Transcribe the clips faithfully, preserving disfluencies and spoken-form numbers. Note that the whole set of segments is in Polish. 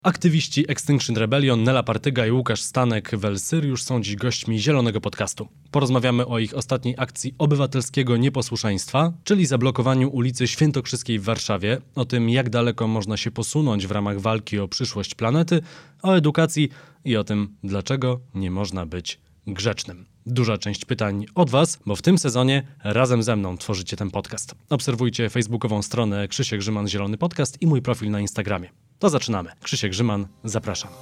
Aktywiści Extinction Rebellion, Nela Partyga i Łukasz Stanek-Welsyriusz są dziś gośćmi Zielonego Podcastu. Porozmawiamy o ich ostatniej akcji obywatelskiego nieposłuszeństwa, czyli zablokowaniu ulicy Świętokrzyskiej w Warszawie, o tym, jak daleko można się posunąć w ramach walki o przyszłość planety, o edukacji i o tym, dlaczego nie można być grzecznym. Duża część pytań od Was, bo w tym sezonie razem ze mną tworzycie ten podcast. Obserwujcie facebookową stronę Krzysiek Grzyman Zielony Podcast i mój profil na Instagramie. To zaczynamy. Krzysiek Grzyman, zapraszam.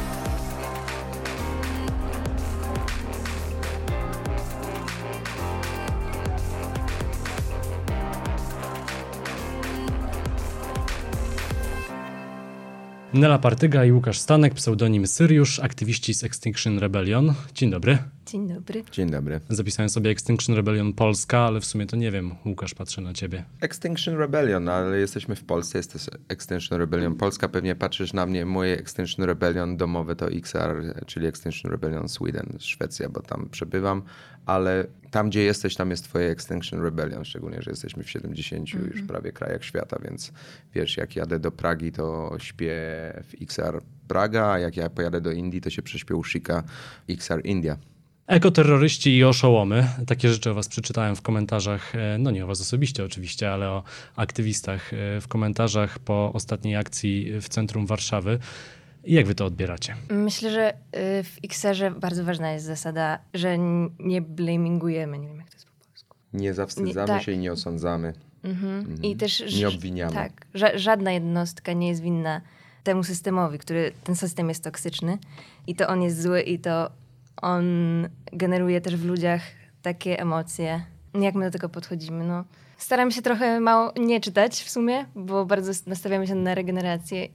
Nela Partyga i Łukasz Stanek, pseudonim Syriusz, aktywiści z Extinction Rebellion. Dzień dobry. Dzień dobry. Dzień dobry. Zapisałem sobie Extinction Rebellion Polska, ale w sumie to nie wiem. Łukasz, patrzę na ciebie. Extinction Rebellion, ale jesteśmy w Polsce, jest to Extinction Rebellion Polska. Pewnie patrzysz na mnie, moje Extinction Rebellion domowe to X R, czyli Extinction Rebellion Sweden, Szwecja, bo tam przebywam, ale tam, gdzie jesteś, tam jest twoje Extinction Rebellion, szczególnie, że jesteśmy w siedemdziesięciu mm-hmm. już prawie krajach świata, więc wiesz, jak jadę do Pragi, to śpię w X R Praga, a jak ja pojadę do Indii, to się prześpię u Shika X R India. Ekoterroryści i oszołomy. Takie rzeczy o was przeczytałem w komentarzach, no nie o was osobiście oczywiście, ale o aktywistach w komentarzach po ostatniej akcji w centrum Warszawy. Jak wy to odbieracie? Myślę, że w X R-ze bardzo ważna jest zasada, że nie blamingujemy, nie wiem jak to jest po polsku. Nie zawstydzamy nie, tak. się i nie osądzamy. Mhm. Mhm. I też nie obwiniamy. Tak, ża- żadna jednostka nie jest winna temu systemowi, który, ten system jest toksyczny i to on jest zły i to on generuje też w ludziach takie emocje. Jak my do tego podchodzimy? No, staramy się trochę mało nie czytać w sumie, bo bardzo nastawiamy się na regenerację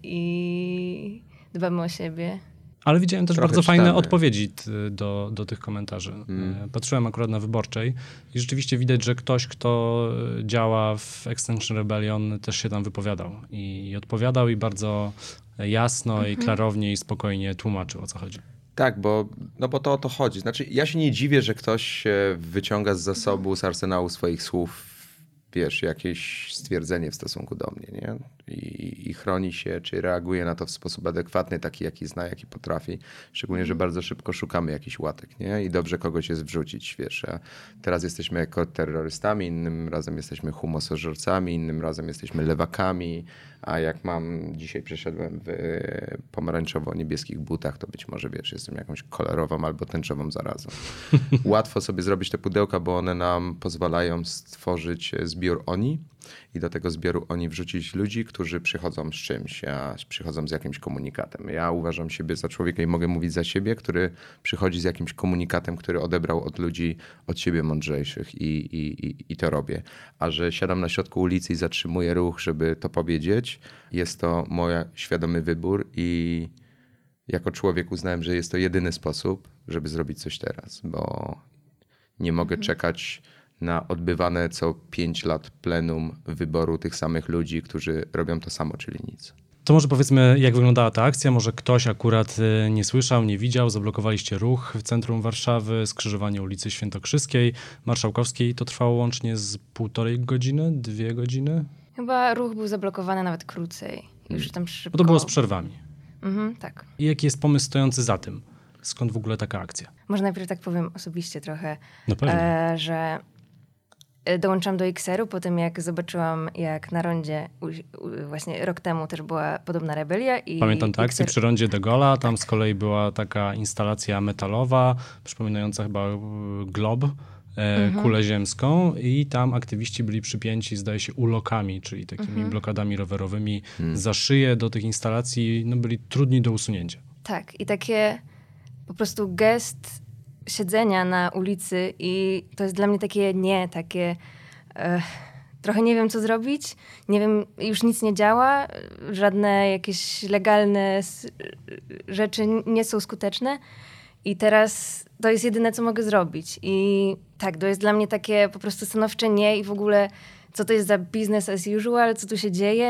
i dbamy o siebie. Ale widziałem też Trochę bardzo czytamy. fajne odpowiedzi t- do, do tych komentarzy. Mm. Patrzyłem akurat na Wyborczej i rzeczywiście widać, że ktoś, kto działa w Extinction Rebellion, też się tam wypowiadał. I, i odpowiadał i bardzo jasno mm-hmm. i klarownie i spokojnie tłumaczył, o co chodzi. Tak, bo, no bo to o to chodzi. Znaczy, ja się nie dziwię, że ktoś wyciąga z zasobu, z arsenału swoich słów, wiesz, jakieś stwierdzenie w stosunku do mnie, nie? I, I chroni się, czy reaguje na to w sposób adekwatny, taki jaki zna, jaki potrafi. Szczególnie, że bardzo szybko szukamy jakichś łatek, nie? I dobrze kogoś jest wrzucić, wiesz. A teraz jesteśmy ekoterrorystami, innym razem jesteśmy humosożercami, innym razem jesteśmy lewakami, a jak mam, dzisiaj przeszedłem w pomarańczowo-niebieskich butach, to być może, wiesz, jestem jakąś kolorową albo tęczową zarazą. Łatwo sobie zrobić te pudełka, bo one nam pozwalają stworzyć zbiór oni i do tego zbioru oni wrzucić ludzi, którzy przychodzą z czymś, a przychodzą z jakimś komunikatem. Ja uważam siebie za człowieka i mogę mówić za siebie, który przychodzi z jakimś komunikatem, który odebrał od ludzi, od siebie mądrzejszych i, i, i, i to robię. A że siadam na środku ulicy i zatrzymuję ruch, żeby to powiedzieć, jest to mój świadomy wybór i jako człowiek uznałem, że jest to jedyny sposób, żeby zrobić coś teraz, bo nie mogę mhm. czekać na odbywane co pięć lat plenum wyboru tych samych ludzi, którzy robią to samo, czyli nic. To może powiedzmy, jak wyglądała ta akcja. Może ktoś akurat nie słyszał, nie widział. Zablokowaliście ruch w centrum Warszawy, skrzyżowanie ulicy Świętokrzyskiej, Marszałkowskiej. To trwało łącznie z półtorej godziny, dwie godziny? Chyba ruch był zablokowany nawet krócej. Już tam szybko. Bo to było z przerwami. Mhm, tak. I jaki jest pomysł stojący za tym? Skąd w ogóle taka akcja? Może najpierw tak powiem osobiście trochę, no pewnie. E, że dołączyłam do X R-u po tym, jak zobaczyłam, jak na rondzie u, u, właśnie rok temu też była podobna rebelia. I Pamiętam tę akcję X R... przy rondzie de Gaulle'a. Tam z kolei była taka instalacja metalowa, przypominająca chyba glob, e, mhm. kulę ziemską i tam aktywiści byli przypięci, zdaje się, ulokami, czyli takimi mhm. blokadami rowerowymi hmm. za szyję do tych instalacji. No, byli trudni do usunięcia. Tak, i takie po prostu gest siedzenia na ulicy i to jest dla mnie takie nie, takie e, trochę nie wiem, co zrobić, nie wiem, już nic nie działa, żadne jakieś legalne s- rzeczy nie są skuteczne i teraz to jest jedyne, co mogę zrobić i tak, to jest dla mnie takie po prostu stanowcze nie i w ogóle co to jest za business as usual, co tu się dzieje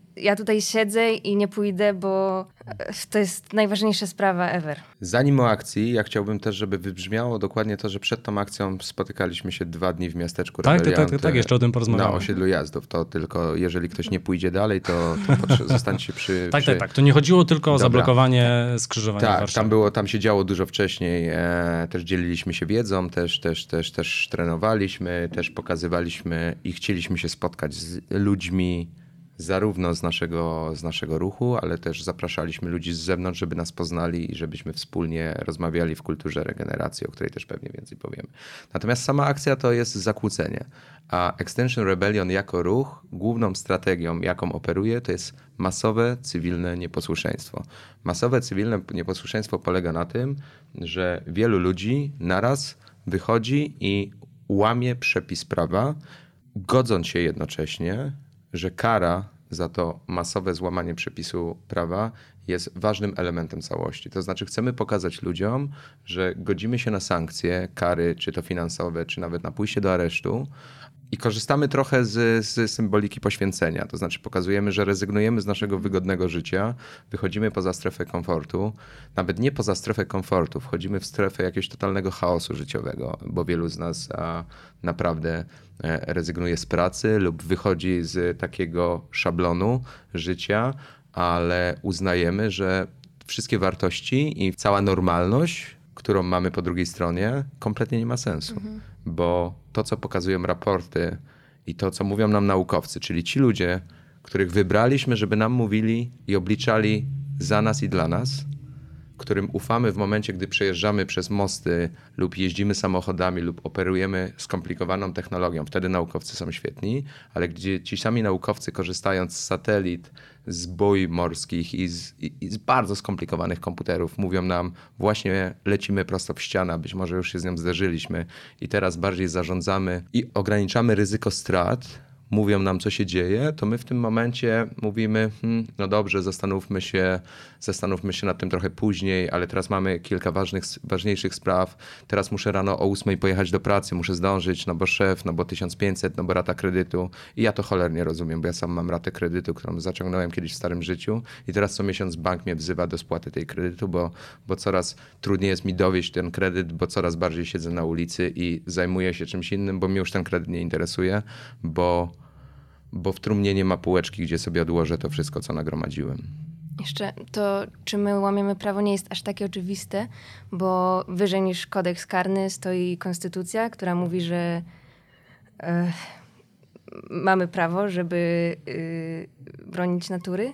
ja tutaj siedzę i nie pójdę, bo to jest najważniejsza sprawa ever. Zanim o akcji, ja chciałbym też, żeby wybrzmiało dokładnie to, że przed tą akcją spotykaliśmy się dwa dni w miasteczku Tak, Rebeliant. tak, tak, tak, jeszcze o tym porozmawiamy. Na osiedlu Jazdów. To tylko, jeżeli ktoś nie pójdzie dalej, to, to potrze- zostańcie przy... Tak, przy... tak, tak. To nie chodziło tylko o Dobra. zablokowanie skrzyżowania w Tak, Warszawie. tam było, tam się działo dużo wcześniej. E, też dzieliliśmy się wiedzą, też, też, też, też trenowaliśmy, też pokazywaliśmy i chcieliśmy się spotkać z ludźmi zarówno z naszego, z naszego ruchu, ale też zapraszaliśmy ludzi z zewnątrz, żeby nas poznali i żebyśmy wspólnie rozmawiali w kulturze regeneracji, o której też pewnie więcej powiemy. Natomiast sama akcja to jest zakłócenie, a Extinction Rebellion jako ruch, główną strategią, jaką operuje, to jest masowe cywilne nieposłuszeństwo. Masowe cywilne nieposłuszeństwo polega na tym, że wielu ludzi naraz wychodzi i łamie przepis prawa, godząc się jednocześnie, że kara za to masowe złamanie przepisu prawa jest ważnym elementem całości. To znaczy chcemy pokazać ludziom, że godzimy się na sankcje, kary, czy to finansowe, czy nawet na pójście do aresztu i korzystamy trochę z, z symboliki poświęcenia. To znaczy pokazujemy, że rezygnujemy z naszego wygodnego życia, wychodzimy poza strefę komfortu, nawet nie poza strefę komfortu, wchodzimy w strefę jakiegoś totalnego chaosu życiowego, bo wielu z nas a, naprawdę rezygnuje z pracy lub wychodzi z takiego szablonu życia, ale uznajemy, że wszystkie wartości i cała normalność, którą mamy po drugiej stronie, kompletnie nie ma sensu. Mhm. Bo to, co pokazują raporty i to, co mówią nam naukowcy, czyli ci ludzie, których wybraliśmy, żeby nam mówili i obliczali za nas i dla nas, którym ufamy w momencie, gdy przejeżdżamy przez mosty lub jeździmy samochodami lub operujemy skomplikowaną technologią. Wtedy naukowcy są świetni, ale gdzie ci sami naukowcy, korzystając z satelit, z bój morskich i z, i, i z bardzo skomplikowanych komputerów, mówią nam, właśnie lecimy prosto w ścianę, być może już się z nią zderzyliśmy i teraz bardziej zarządzamy i ograniczamy ryzyko strat, mówią nam, co się dzieje, to my w tym momencie mówimy, hmm, no dobrze, zastanówmy się, zastanówmy się nad tym trochę później, ale teraz mamy kilka ważnych, ważniejszych spraw. Teraz muszę rano o ósmej pojechać do pracy, muszę zdążyć, no bo szef, no bo tysiąc pięćset, no bo rata kredytu. I ja to cholernie rozumiem, bo ja sam mam ratę kredytu, którą zaciągnąłem kiedyś w starym życiu i teraz co miesiąc bank mnie wzywa do spłaty tej kredytu, bo, bo coraz trudniej jest mi dowieść ten kredyt, bo coraz bardziej siedzę na ulicy i zajmuję się czymś innym, bo mnie już ten kredyt nie interesuje, bo bo w trumnie nie ma półeczki, gdzie sobie odłożę to wszystko, co nagromadziłem. Jeszcze to, czy my łamiemy prawo, nie jest aż takie oczywiste, bo wyżej niż kodeks karny stoi konstytucja, która mówi, że e, mamy prawo, żeby e, bronić natury.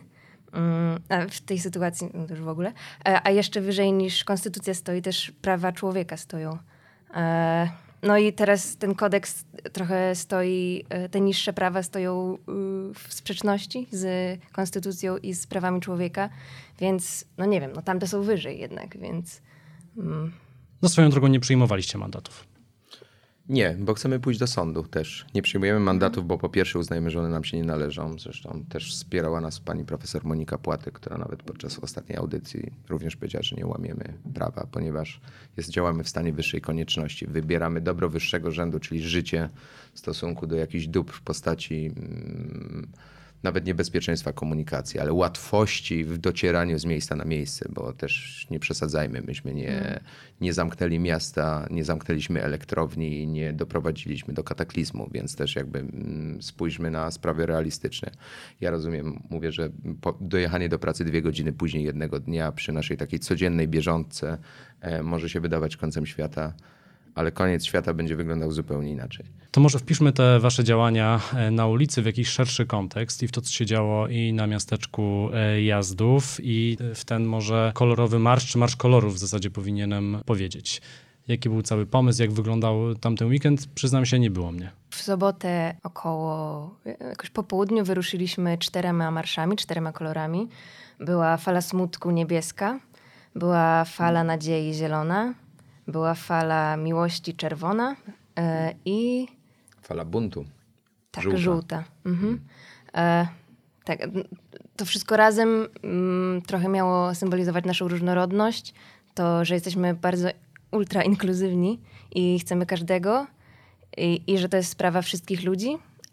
A w tej sytuacji no to już w ogóle. A jeszcze wyżej niż konstytucja stoi też prawa człowieka stoją. E, No i teraz ten kodeks trochę stoi, te niższe prawa stoją w sprzeczności z konstytucją i z prawami człowieka, więc no nie wiem, no tamte są wyżej jednak, więc... Mm. No swoją drogą nie przyjmowaliście mandatów. Nie, bo chcemy pójść do sądu też. Nie przyjmujemy mandatów, bo po pierwsze uznajemy, że one nam się nie należą. Zresztą też wspierała nas pani profesor Monika Płatek, która nawet podczas ostatniej audycji również powiedziała, że nie łamiemy prawa, ponieważ jest, działamy w stanie wyższej konieczności. Wybieramy dobro wyższego rzędu, czyli życie w stosunku do jakichś dóbr w postaci mm, nawet niebezpieczeństwa komunikacji, ale łatwości w docieraniu z miejsca na miejsce, bo też nie przesadzajmy, myśmy nie, nie zamknęli miasta, nie zamknęliśmy elektrowni, nie doprowadziliśmy do kataklizmu, więc też jakby mm, spójrzmy na sprawy realistyczne. Ja rozumiem, mówię, że po, dojechanie do pracy dwie godziny później jednego dnia przy naszej takiej codziennej bieżączce e, może się wydawać końcem świata, ale koniec świata będzie wyglądał zupełnie inaczej. To może wpiszmy te wasze działania na ulicy w jakiś szerszy kontekst i w to, co się działo i na miasteczku Jazdów i w ten może kolorowy marsz, czy marsz kolorów w zasadzie powinienem powiedzieć. Jaki był cały pomysł, jak wyglądał tamten weekend? Przyznam się, nie było mnie. W sobotę około, jakoś po południu wyruszyliśmy czterema marszami, czterema kolorami. Była fala smutku niebieska, była fala nadziei zielona, była fala miłości czerwona yy, i... Fala buntu. Tak, żółta. żółta. Mhm. E, tak, to wszystko razem mm, trochę miało symbolizować naszą różnorodność, to, że jesteśmy bardzo ultra inkluzywni i chcemy każdego i, i że to jest sprawa wszystkich ludzi,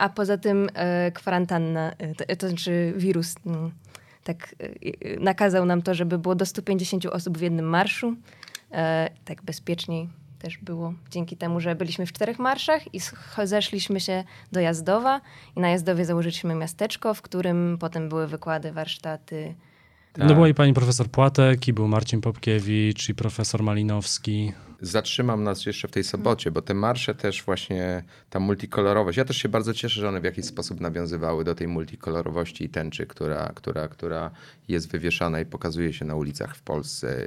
A poza tym e, kwarantanna, e, to, to znaczy wirus m, tak e, nakazał nam to, żeby było do stu pięćdziesięciu osób w jednym marszu. E, tak bezpieczniej też było. Dzięki temu, że byliśmy w czterech marszach i sch- zeszliśmy się do Jazdowa i na Jazdowie założyliśmy miasteczko, w którym potem były wykłady, warsztaty. Tak. No była i pani profesor Płatek, i był Marcin Popkiewicz, i profesor Malinowski. Zatrzymam nas jeszcze w tej sobocie, bo te marsze też właśnie, ta multikolorowość. Ja też się bardzo cieszę, że one w jakiś sposób nawiązywały do tej multikolorowości i tęczy, która, która, która jest wywieszana i pokazuje się na ulicach w Polsce.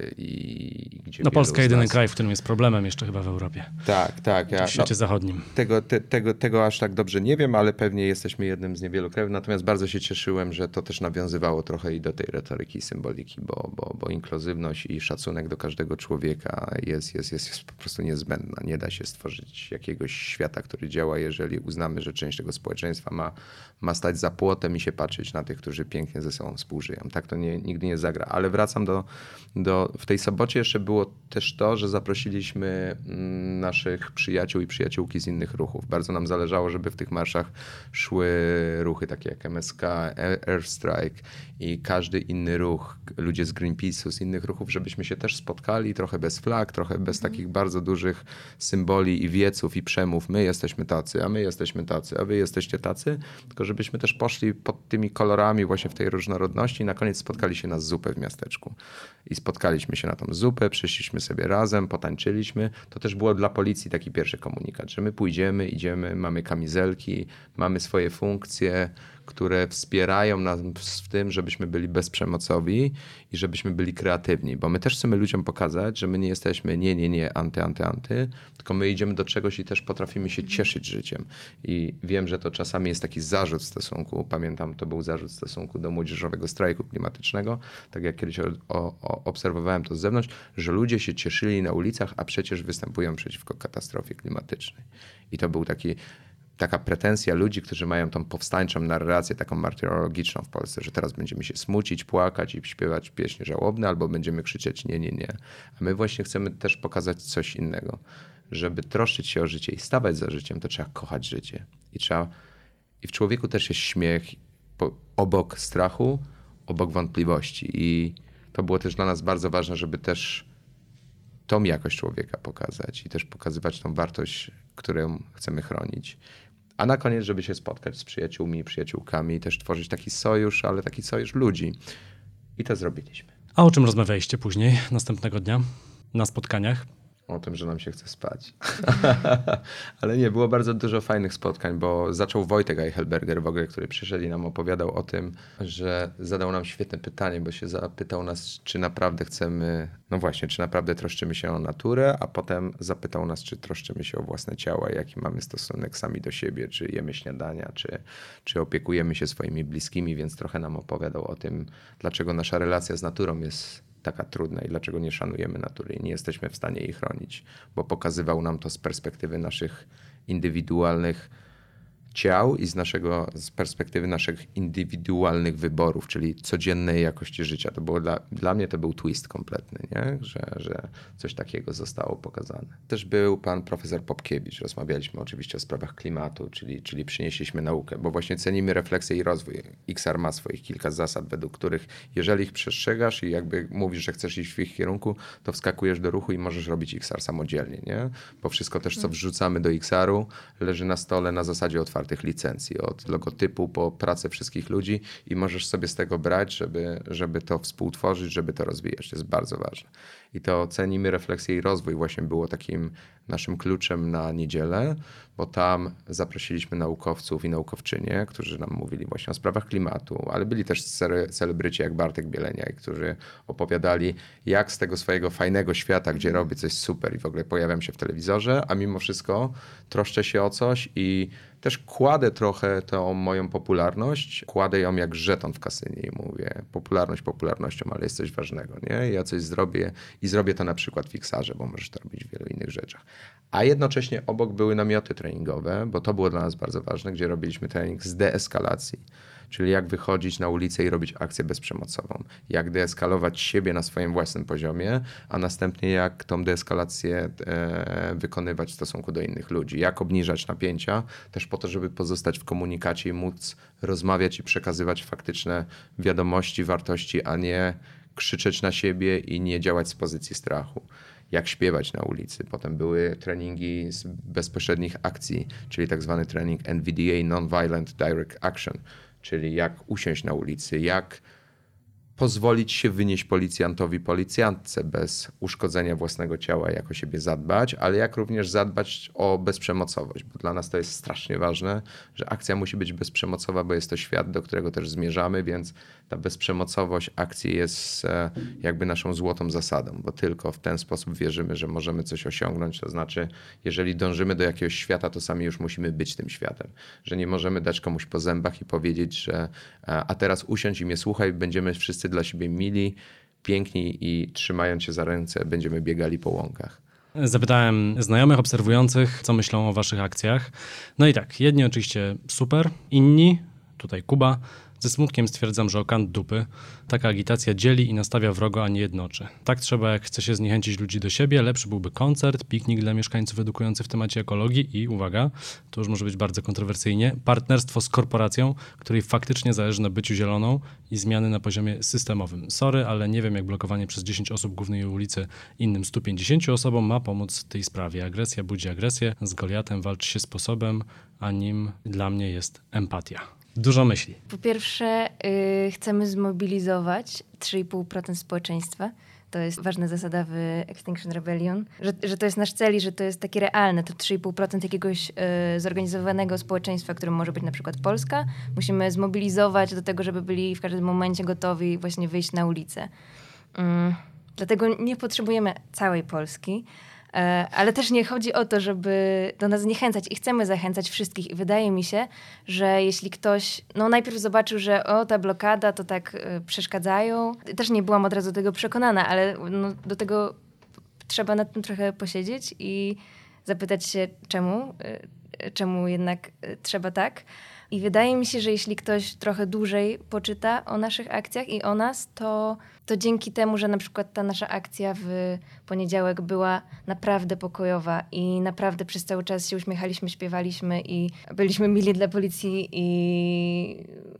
I gdzie no Polska jedyny nas... kraj, w którym jest problemem jeszcze chyba w Europie. Tak, tak. Ja, w świecie no, zachodnim. Tego, te, tego, tego aż tak dobrze nie wiem, ale pewnie jesteśmy jednym z niewielu krajów. Natomiast bardzo się cieszyłem, że to też nawiązywało trochę i do tej retoryki i symboliki, bo, bo, bo inkluzywność i szacunek do każdego człowieka jest, jest, jest jest po prostu niezbędna. Nie da się stworzyć jakiegoś świata, który działa, jeżeli uznamy, że część tego społeczeństwa ma, ma stać za płotem i się patrzeć na tych, którzy pięknie ze sobą współżyją. Tak to nie, nigdy nie zagra. Ale wracam do, do... W tej sobocie jeszcze było też to, że zaprosiliśmy naszych przyjaciół i przyjaciółki z innych ruchów. Bardzo nam zależało, żeby w tych marszach szły ruchy takie jak M S K, Airstrike i każdy inny ruch, ludzie z Greenpeace'u, z innych ruchów, żebyśmy się też spotkali trochę bez flag, trochę bez takich bardzo dużych symboli i wieców i przemów. My jesteśmy tacy, a my jesteśmy tacy, a wy jesteście tacy. Tylko żebyśmy też poszli pod tymi kolorami właśnie w tej różnorodności i na koniec spotkali się na zupę w miasteczku. I spotkaliśmy się na tą zupę, przyszliśmy sobie razem, potańczyliśmy. To też było dla policji taki pierwszy komunikat, że my pójdziemy, idziemy, mamy kamizelki, mamy swoje funkcje, które wspierają nas w tym, żebyśmy byli bezprzemocowi i żebyśmy byli kreatywni. Bo my też chcemy ludziom pokazać, że my nie jesteśmy nie, nie, nie, anty, anty, anty, tylko my idziemy do czegoś i też potrafimy się cieszyć życiem. I wiem, że to czasami jest taki zarzut w stosunku, pamiętam, to był zarzut w stosunku do młodzieżowego strajku klimatycznego, tak jak kiedyś o, o, obserwowałem to z zewnątrz, że ludzie się cieszyli na ulicach, a przecież występują przeciwko katastrofie klimatycznej. I to był taki taka pretensja ludzi, którzy mają tą powstańczą narrację, taką martyrologiczną w Polsce, że teraz będziemy się smucić, płakać i śpiewać pieśni żałobne, albo będziemy krzyczeć nie, nie, nie. A my właśnie chcemy też pokazać coś innego. Żeby troszczyć się o życie i stawać za życiem, to trzeba kochać życie. I, trzeba, i w człowieku też jest śmiech po, obok strachu, obok wątpliwości. I to było też dla nas bardzo ważne, żeby też tą jakość człowieka pokazać i też pokazywać tą wartość, którą chcemy chronić. A na koniec, żeby się spotkać z przyjaciółmi i przyjaciółkami i też tworzyć taki sojusz, ale taki sojusz ludzi. I to zrobiliśmy. A o czym rozmawialiście później, następnego dnia, na spotkaniach? O tym, że nam się chce spać. Ale nie, było bardzo dużo fajnych spotkań, bo zaczął Wojtek Eichelberger w ogóle, który przyszedł i nam opowiadał o tym, że zadał nam świetne pytanie, bo się zapytał nas, czy naprawdę chcemy, no właśnie, czy naprawdę troszczymy się o naturę, a potem zapytał nas, czy troszczymy się o własne ciała, jaki mamy stosunek sami do siebie, czy jemy śniadania, czy, czy opiekujemy się swoimi bliskimi, więc trochę nam opowiadał o tym, dlaczego nasza relacja z naturą jest taka trudna i dlaczego nie szanujemy natury i nie jesteśmy w stanie jej chronić, bo pokazywał nam to z perspektywy naszych indywidualnych ciał i z, naszego, z perspektywy naszych indywidualnych wyborów, czyli codziennej jakości życia. To było dla, dla mnie to był twist kompletny, nie? Że, że coś takiego zostało pokazane. Też był pan profesor Popkiewicz. Rozmawialiśmy oczywiście o sprawach klimatu, czyli, czyli przynieśliśmy naukę, bo właśnie cenimy refleksję i rozwój. X R ma swoich kilka zasad, według których jeżeli ich przestrzegasz i jakby mówisz, że chcesz iść w ich kierunku, to wskakujesz do ruchu i możesz robić X R samodzielnie, nie? Bo wszystko też, co wrzucamy do X R-u, leży na stole na zasadzie otwartej licencji, od logotypu po pracę wszystkich ludzi i możesz sobie z tego brać, żeby, żeby to współtworzyć, żeby to rozwijać. To jest bardzo ważne. I to cenimy refleksję i rozwój właśnie było takim naszym kluczem na niedzielę, bo tam zaprosiliśmy naukowców i naukowczynie, którzy nam mówili właśnie o sprawach klimatu, ale byli też celebryci jak Bartek Bieleniak, którzy opowiadali, jak z tego swojego fajnego świata, gdzie robię coś super i w ogóle pojawiam się w telewizorze, a mimo wszystko troszczę się o coś i też kładę trochę tą moją popularność, kładę ją jak żeton w kasynie i mówię, popularność popularnością, ale jest coś ważnego, nie? Ja coś zrobię i zrobię to na przykład w X-arze, bo możesz to robić w wielu innych rzeczach. A jednocześnie obok były namioty treningowe, bo to było dla nas bardzo ważne, gdzie robiliśmy trening z deeskalacji. Czyli jak wychodzić na ulicę i robić akcję bezprzemocową. Jak deeskalować siebie na swoim własnym poziomie, a następnie jak tą deeskalację e, wykonywać w stosunku do innych ludzi. Jak obniżać napięcia, też po to, żeby pozostać w komunikacie i móc rozmawiać i przekazywać faktyczne wiadomości, wartości, a nie krzyczeć na siebie i nie działać z pozycji strachu. Jak śpiewać na ulicy. Potem były treningi z bezpośrednich akcji, czyli tak zwany trening N V D A, Non-Violent Direct Action, czyli jak usiąść na ulicy, jak pozwolić się wynieść policjantowi, policjantce bez uszkodzenia własnego ciała, jak o siebie zadbać, ale jak również zadbać o bezprzemocowość, bo dla nas to jest strasznie ważne, że akcja musi być bezprzemocowa, bo jest to świat, do którego też zmierzamy, więc ta bezprzemocowość akcji jest jakby naszą złotą zasadą, bo tylko w ten sposób wierzymy, że możemy coś osiągnąć, to znaczy jeżeli dążymy do jakiegoś świata, to sami już musimy być tym światem, że nie możemy dać komuś po zębach i powiedzieć, że a teraz usiądź i mnie słuchaj, będziemy wszyscy dla siebie mili, piękni i trzymając się za ręce będziemy biegali po łąkach. Zapytałem znajomych, obserwujących, co myślą o waszych akcjach. No i tak, jedni oczywiście super, inni, tutaj Kuba, ze smutkiem stwierdzam, że o kant dupy. Taka agitacja dzieli i nastawia wrogo, a nie jednoczy. Tak trzeba, jak chce się zniechęcić ludzi do siebie. Lepszy byłby koncert, piknik dla mieszkańców edukujący w temacie ekologii i, uwaga, to już może być bardzo kontrowersyjnie, partnerstwo z korporacją, której faktycznie zależy na byciu zieloną i zmiany na poziomie systemowym. Sorry, ale nie wiem, jak blokowanie przez dziesięć osób głównej ulicy innym stu pięćdziesięciu osobom ma pomóc w tej sprawie. Agresja budzi agresję, z Goliatem walczy się sposobem, a nim dla mnie jest empatia. Dużo myśli. Po pierwsze, yy, chcemy zmobilizować trzy i pół procent społeczeństwa. To jest ważna zasada w Extinction Rebellion, że, że to jest nasz cel i że to jest takie realne. To trzy i pół procent jakiegoś yy, zorganizowanego społeczeństwa, którym może być na przykład Polska. Musimy zmobilizować do tego, żeby byli w każdym momencie gotowi właśnie wyjść na ulicę. Yy, dlatego nie potrzebujemy całej Polski. Ale też nie chodzi o to, żeby do nas zniechęcać i chcemy zachęcać wszystkich i wydaje mi się, że jeśli ktoś no najpierw zobaczył, że o, ta blokada to tak y, przeszkadzają, też nie byłam od razu do tego przekonana, ale no, do tego trzeba nad tym trochę posiedzieć i zapytać się czemu, y, czemu jednak y, trzeba tak. I wydaje mi się, że jeśli ktoś trochę dłużej poczyta o naszych akcjach i o nas, to, to dzięki temu, że na przykład ta nasza akcja w poniedziałek była naprawdę pokojowa i naprawdę przez cały czas się uśmiechaliśmy, śpiewaliśmy i byliśmy mili dla policji i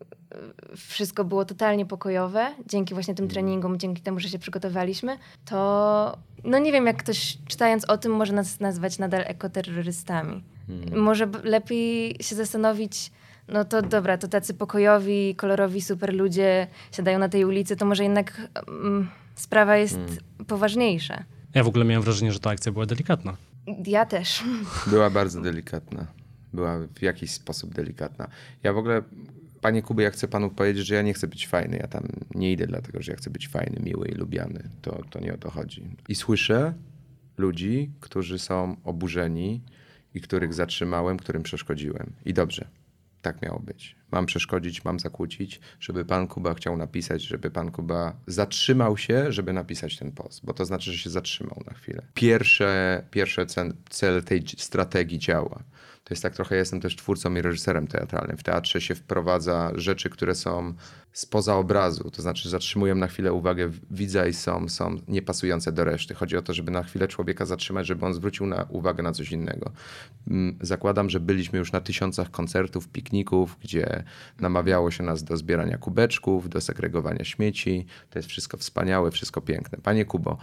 wszystko było totalnie pokojowe, dzięki właśnie tym treningom, dzięki temu, że się przygotowaliśmy, to no nie wiem, jak ktoś czytając o tym może nas nazwać nadal ekoterrorystami. Hmm. Może lepiej się zastanowić, no to dobra, to tacy pokojowi, kolorowi super ludzie siadają na tej ulicy, to może jednak um, sprawa jest hmm. poważniejsza. Ja w ogóle miałem wrażenie, że ta akcja była delikatna. Ja też. Była bardzo delikatna. Była w jakiś sposób delikatna. Ja w ogóle, panie Kuby, ja chcę panu powiedzieć, że ja nie chcę być fajny. Ja tam nie idę dlatego, że ja chcę być fajny, miły i lubiany. To, to nie o to chodzi. I słyszę ludzi, którzy są oburzeni i których zatrzymałem, którym przeszkodziłem. I dobrze. Tak miało być. Mam przeszkodzić, mam zakłócić, żeby pan Kuba chciał napisać, żeby pan Kuba zatrzymał się, żeby napisać ten post, bo to znaczy, że się zatrzymał na chwilę. Pierwsze, pierwszy cel, cel tej strategii działa. To jest tak trochę, ja jestem też twórcą i reżyserem teatralnym. W teatrze się wprowadza rzeczy, które są spoza obrazu, to znaczy zatrzymują na chwilę uwagę widza i są, są niepasujące do reszty. Chodzi o to, żeby na chwilę człowieka zatrzymać, żeby on zwrócił na uwagę na coś innego. Zakładam, że byliśmy już na tysiącach koncertów, pikników, gdzie namawiało się nas do zbierania kubeczków, do segregowania śmieci. To jest wszystko wspaniałe, wszystko piękne. Panie Kubo,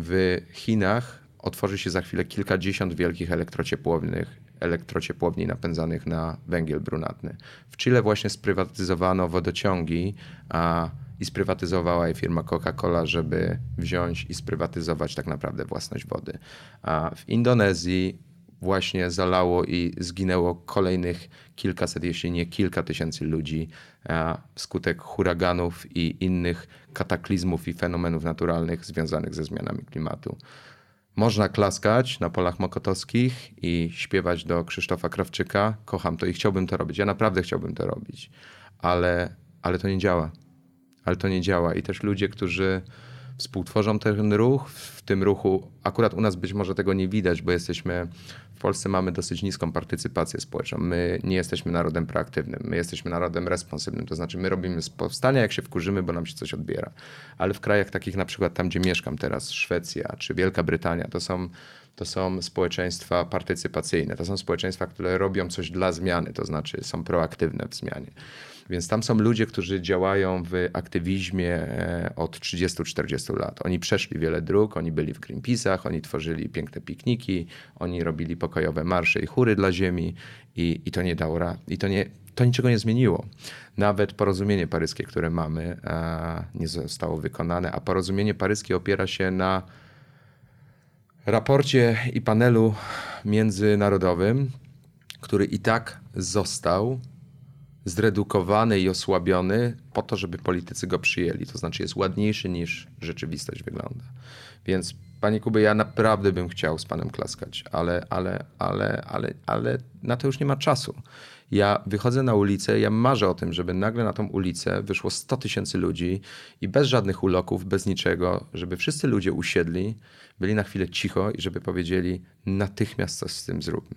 w Chinach otworzy się za chwilę kilkadziesiąt wielkich elektrociepłownych elektrociepłowni napędzanych na węgiel brunatny. W Chile właśnie sprywatyzowano wodociągi a, i sprywatyzowała je firma Coca-Cola, żeby wziąć i sprywatyzować tak naprawdę własność wody. A w Indonezji właśnie zalało i zginęło kolejnych kilkaset, jeśli nie kilka tysięcy ludzi a, wskutek huraganów i innych kataklizmów i fenomenów naturalnych związanych ze zmianami klimatu. Można klaskać na polach mokotowskich i śpiewać do Krzysztofa Krawczyka. Kocham to i chciałbym to robić. Ja naprawdę chciałbym to robić. Ale, ale to nie działa. Ale to nie działa. I też ludzie, którzy współtworzą ten ruch. W tym ruchu, akurat u nas być może tego nie widać, bo jesteśmy, w Polsce mamy dosyć niską partycypację społeczną. My nie jesteśmy narodem proaktywnym, my jesteśmy narodem responsywnym, to znaczy my robimy powstania, jak się wkurzymy, bo nam się coś odbiera. Ale w krajach takich na przykład tam, gdzie mieszkam teraz, Szwecja czy Wielka Brytania, to są, to są społeczeństwa partycypacyjne, to są społeczeństwa, które robią coś dla zmiany, to znaczy są proaktywne w zmianie. Więc tam są ludzie, którzy działają w aktywizmie od trzydziestu czterdziestu lat. Oni przeszli wiele dróg, oni byli w Greenpeace'ach, oni tworzyli piękne pikniki, oni robili pokojowe marsze i chóry dla ziemi i, i to nie dało rad. I to, nie, to niczego nie zmieniło. Nawet porozumienie paryskie, które mamy, nie zostało wykonane, a porozumienie paryskie opiera się na raporcie i panelu międzynarodowym, który i tak został zredukowany i osłabiony po to, żeby politycy go przyjęli. To znaczy jest ładniejszy niż rzeczywistość wygląda. Więc panie Kuby, ja naprawdę bym chciał z panem klaskać, ale, ale, ale, ale, ale na to już nie ma czasu. Ja wychodzę na ulicę, ja marzę o tym, żeby nagle na tą ulicę wyszło sto tysięcy ludzi i bez żadnych uloków, bez niczego, żeby wszyscy ludzie usiedli, byli na chwilę cicho i żeby powiedzieli natychmiast coś z tym zróbmy.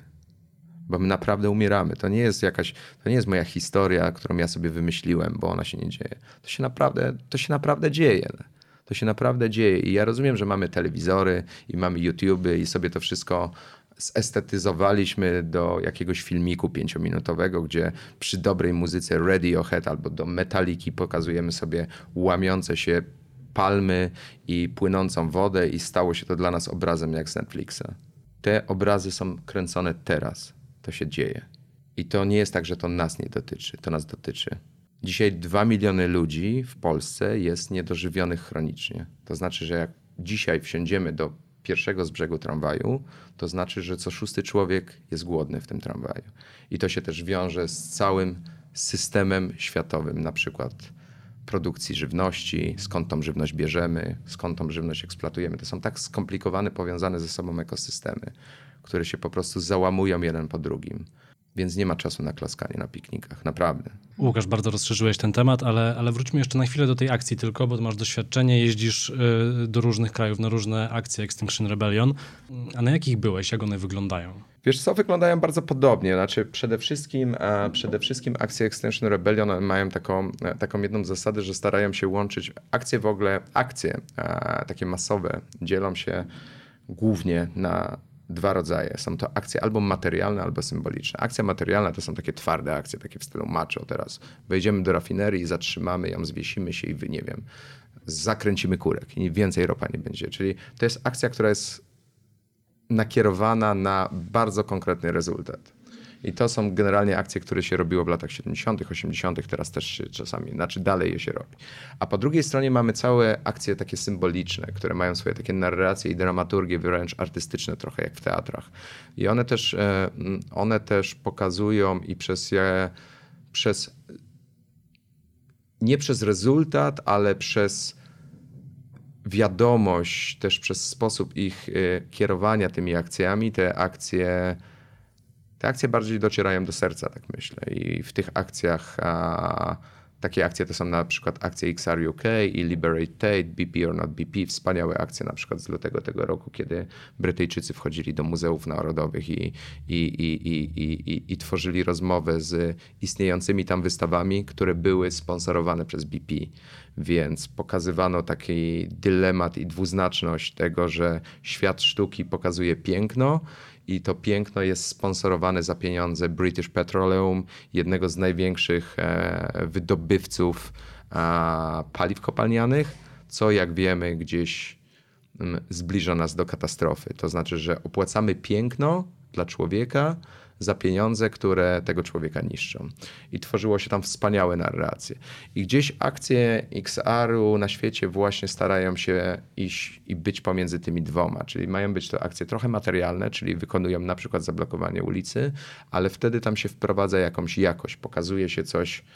Bo my naprawdę umieramy. To nie jest jakaś, to nie jest moja historia, którą ja sobie wymyśliłem, bo ona się nie dzieje. To się naprawdę, to się naprawdę dzieje. To się naprawdę dzieje. I ja rozumiem, że mamy telewizory i mamy YouTube'y i sobie to wszystko zestetyzowaliśmy do jakiegoś filmiku pięciominutowego, gdzie przy dobrej muzyce Radiohead albo do Metaliki pokazujemy sobie łamiące się palmy i płynącą wodę i stało się to dla nas obrazem jak z Netflixa. Te obrazy są kręcone teraz. To się dzieje. I to nie jest tak, że to nas nie dotyczy. To nas dotyczy. Dzisiaj dwa miliony ludzi w Polsce jest niedożywionych chronicznie. To znaczy, że jak dzisiaj wsiądziemy do pierwszego z brzegu tramwaju, to znaczy, że co szósty człowiek jest głodny w tym tramwaju. I to się też wiąże z całym systemem światowym, na przykład produkcji żywności, skąd tą żywność bierzemy, skąd tą żywność eksploatujemy. To są tak skomplikowane, powiązane ze sobą ekosystemy, które się po prostu załamują jeden po drugim. Więc nie ma czasu na klaskanie na piknikach, naprawdę. Łukasz, bardzo rozszerzyłeś ten temat, ale, ale wróćmy jeszcze na chwilę do tej akcji tylko, bo masz doświadczenie, jeździsz y, do różnych krajów, na różne akcje Extinction Rebellion. A na jakich byłeś? Jak one wyglądają? Wiesz co, wyglądają bardzo podobnie. Znaczy przede wszystkim, e, przede wszystkim akcje Extinction Rebellion mają taką, e, taką jedną zasadę, że starają się łączyć akcje w ogóle, akcje e, takie masowe dzielą się głównie na dwa rodzaje. Są to akcje albo materialne, albo symboliczne. Akcja materialna to są takie twarde akcje, takie w stylu macho teraz. Wejdziemy do rafinerii, zatrzymamy ją, zwiesimy się i wy, nie wiem, zakręcimy kurek i więcej ropa nie będzie. Czyli to jest akcja, która jest nakierowana na bardzo konkretny rezultat. I to są generalnie akcje, które się robiło w latach siedemdziesiątych, osiemdziesiątych, teraz też się czasami, znaczy dalej je się robi. A po drugiej stronie mamy całe akcje takie symboliczne, które mają swoje takie narracje i dramaturgie wręcz artystyczne, trochę jak w teatrach. I one też, one też pokazują i przez, je, przez nie przez rezultat, ale przez wiadomość, też przez sposób ich kierowania tymi akcjami, te akcje Te akcje bardziej docierają do serca, tak myślę. I w tych akcjach, a, takie akcje to są na przykład akcje X R U K i Liberate Tate, B P or Not B P. Wspaniałe akcje na przykład z lutego tego roku, kiedy Brytyjczycy wchodzili do muzeów narodowych i, i, i, i, i, i, i tworzyli rozmowę z istniejącymi tam wystawami, które były sponsorowane przez B P. Więc pokazywano taki dylemat i dwuznaczność tego, że świat sztuki pokazuje piękno, i to piękno jest sponsorowane za pieniądze British Petroleum, jednego z największych e, wydobywców e, paliw kopalnianych, co jak wiemy gdzieś m, zbliża nas do katastrofy. To znaczy, że opłacamy piękno dla człowieka za pieniądze, które tego człowieka niszczą. I tworzyło się tam wspaniałe narracje. I gdzieś akcje X R-u na świecie właśnie starają się iść i być pomiędzy tymi dwoma. Czyli mają być to akcje trochę materialne, czyli wykonują na przykład zablokowanie ulicy, ale wtedy tam się wprowadza jakąś jakość, pokazuje się coś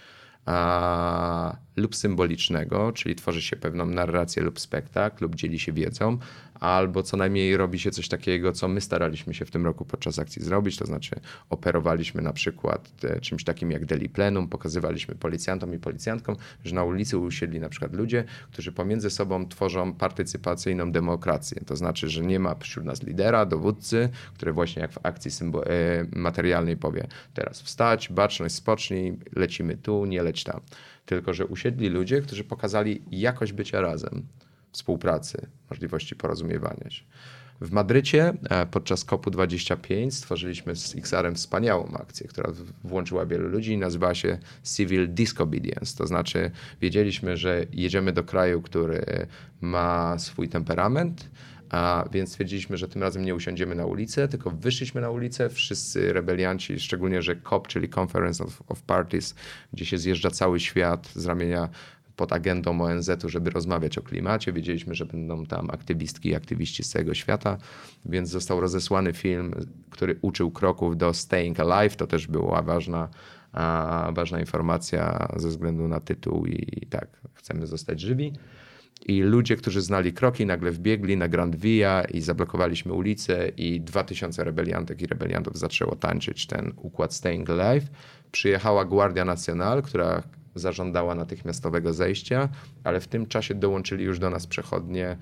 a, lub symbolicznego, czyli tworzy się pewną narrację lub spektakl, lub dzieli się wiedzą, albo co najmniej robi się coś takiego, co my staraliśmy się w tym roku podczas akcji zrobić, to znaczy operowaliśmy na przykład e, czymś takim jak Deli Plenum, pokazywaliśmy policjantom i policjantkom, że na ulicy usiedli na przykład ludzie, którzy pomiędzy sobą tworzą partycypacyjną demokrację. To znaczy, że nie ma wśród nas lidera, dowódcy, który właśnie jak w akcji symbo- e, materialnej powie teraz wstać, baczność, spocznij, lecimy tu, nie leć tam. Tylko że usiedli ludzie, którzy pokazali jakość bycia razem, współpracy, możliwości porozumiewania się. W Madrycie podczas kopu dwadzieścia pięć stworzyliśmy z X R em wspaniałą akcję, która włączyła wielu ludzi i nazywała się Civil Disobedience. To znaczy wiedzieliśmy, że jedziemy do kraju, który ma swój temperament, a więc stwierdziliśmy, że tym razem nie usiądziemy na ulicę, tylko wyszliśmy na ulicę, wszyscy rebelianci, szczególnie, że C O P, czyli Conference of, of Parties, gdzie się zjeżdża cały świat z ramienia pod agendą O N Z-u, żeby rozmawiać o klimacie. Wiedzieliśmy, że będą tam aktywistki i aktywiści z całego świata, więc został rozesłany film, który uczył kroków do Staying Alive. To też była ważna, a, ważna informacja ze względu na tytuł i tak, chcemy zostać żywi. I ludzie, którzy znali kroki, nagle wbiegli na Grand Via i zablokowaliśmy ulicę i dwa tysiące rebeliantek i rebeliantów zaczęło tańczyć ten układ Staying Alive. Przyjechała Guardia Nacional, która zażądała natychmiastowego zejścia, ale w tym czasie dołączyli już do nas przechodnie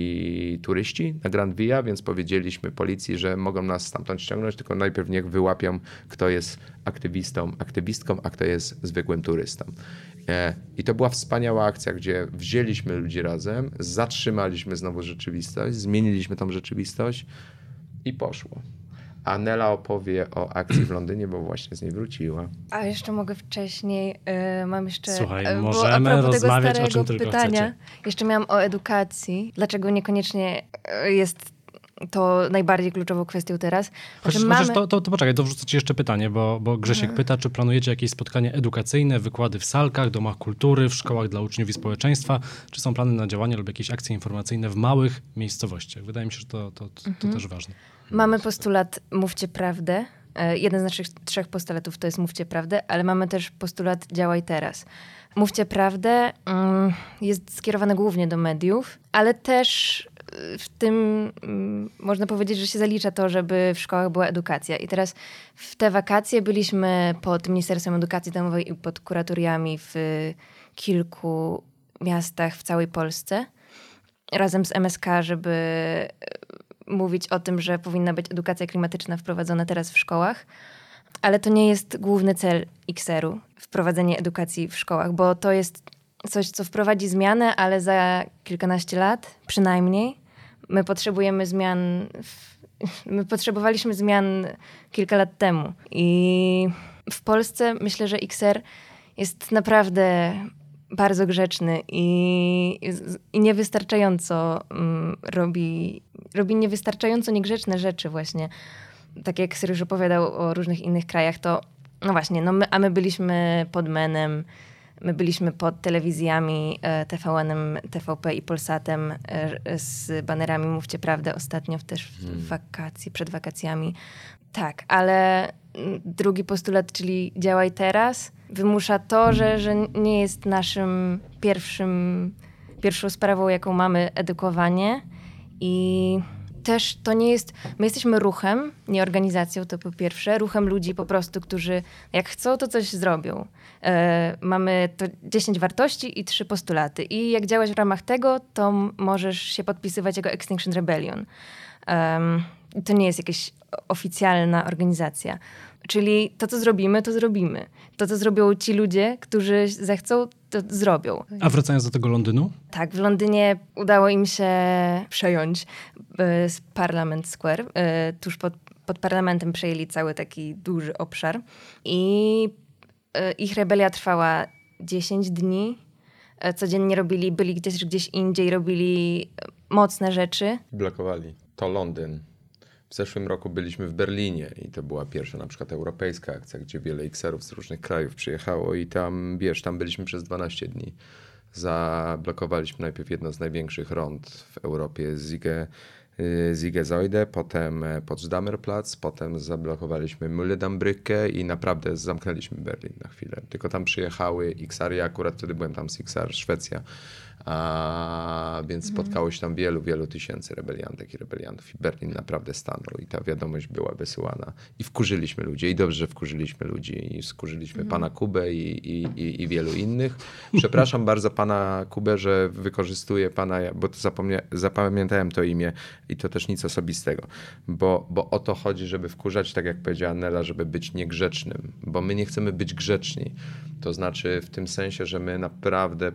i turyści na Grand Via, więc powiedzieliśmy policji, że mogą nas stamtąd ściągnąć, tylko najpierw niech wyłapią, kto jest aktywistą, aktywistką, a kto jest zwykłym turystą. I to była wspaniała akcja, gdzie wzięliśmy ludzi razem, zatrzymaliśmy znowu rzeczywistość, zmieniliśmy tą rzeczywistość i poszło. A Nela opowie o akcji w Londynie, bo właśnie z niej wróciła. A jeszcze mogę wcześniej, y, mam jeszcze... Słuchaj, y, możemy a propos rozmawiać tego o czym tylko pytania, chcecie. Jeszcze miałam o edukacji. Dlaczego niekoniecznie y, jest to najbardziej kluczową kwestią teraz? Chociaż, Znaczy, chociaż mamy... to, to, to poczekaj, to wrzucę ci jeszcze pytanie, bo, bo Grzesiek Mhm. pyta, czy planujecie jakieś spotkania edukacyjne, wykłady w salkach, domach kultury, w szkołach dla uczniów i społeczeństwa, czy są plany na działania lub jakieś akcje informacyjne w małych miejscowościach? Wydaje mi się, że to, to, to, to Mhm. też ważne. Mamy postulat Mówcie prawdę. E, Jeden z naszych trzech postulatów to jest Mówcie prawdę, ale mamy też postulat Działaj teraz. Mówcie prawdę mm, jest skierowane głównie do mediów, ale też y, w tym mm, można powiedzieć, że się zalicza to, żeby w szkołach była edukacja. I teraz w te wakacje byliśmy pod Ministerstwem Edukacji Domowej i pod kuratoriami w kilku miastach w całej Polsce razem z M S K, żeby mówić o tym, że powinna być edukacja klimatyczna wprowadzona teraz w szkołach, ale to nie jest główny cel X R u, wprowadzenie edukacji w szkołach, bo to jest coś, co wprowadzi zmianę, ale za kilkanaście lat przynajmniej. My potrzebujemy zmian, w, my potrzebowaliśmy zmian kilka lat temu i w Polsce myślę, że X R jest naprawdę bardzo grzeczny i, i niewystarczająco um, robi, robi niewystarczająco niegrzeczne rzeczy właśnie. Tak jak Syryusz opowiadał o różnych innych krajach, to no właśnie, no my, a my byliśmy pod Menem, my byliśmy pod telewizjami e, T V N-em, T V P i Polsatem e, z banerami Mówcie prawdę ostatnio też w Hmm. wakacji, przed wakacjami. Tak, ale drugi postulat, czyli Działaj teraz, wymusza to, że, że nie jest naszym pierwszym, pierwszą sprawą, jaką mamy, edukowanie. I też to nie jest... My jesteśmy ruchem, nie organizacją, to po pierwsze. Ruchem ludzi po prostu, którzy jak chcą, to coś zrobią. E, mamy to dziesięć wartości i trzy postulaty. I jak działać w ramach tego, to m- możesz się podpisywać jako Extinction Rebellion. Um, to nie jest jakaś oficjalna organizacja. Czyli to, co zrobimy, to zrobimy. To, co zrobią ci ludzie, którzy zechcą, to zrobią. A wracając do tego Londynu? Tak, w Londynie udało im się przejąć y, Parliament Square. Y, tuż pod, pod parlamentem przejęli cały taki duży obszar. I y, ich rebelia trwała dziesięć dni. Y, codziennie robili, byli gdzieś, gdzieś indziej, robili mocne rzeczy. Blokowali. To Londyn. W zeszłym roku byliśmy w Berlinie i to była pierwsza na przykład europejska akcja, gdzie wiele X R ów z różnych krajów przyjechało i tam, wiesz, tam byliśmy przez dwanaście dni. Zablokowaliśmy najpierw jedno z największych rond w Europie, Zige, Zigezoide, potem Potsdamerplatz, potem zablokowaliśmy Mühle-Brücke i naprawdę zamknęliśmy Berlin na chwilę. Tylko tam przyjechały X R, ja akurat wtedy byłem tam z X R, Szwecja, a więc spotkało się tam wielu, wielu tysięcy rebeliantek i rebeliantów i Berlin naprawdę stanął i ta wiadomość była wysyłana. I wkurzyliśmy ludzi i dobrze, że wkurzyliśmy ludzi i wkurzyliśmy mhm. pana Kubę i, i, i, i wielu innych. Przepraszam bardzo pana Kubę, że wykorzystuję pana, bo to zapomnia, zapamiętałem to imię i to też nic osobistego, bo, bo o to chodzi, żeby wkurzać, tak jak powiedziała Nela, żeby być niegrzecznym, bo my nie chcemy być grzeczni. To znaczy w tym sensie, że my naprawdę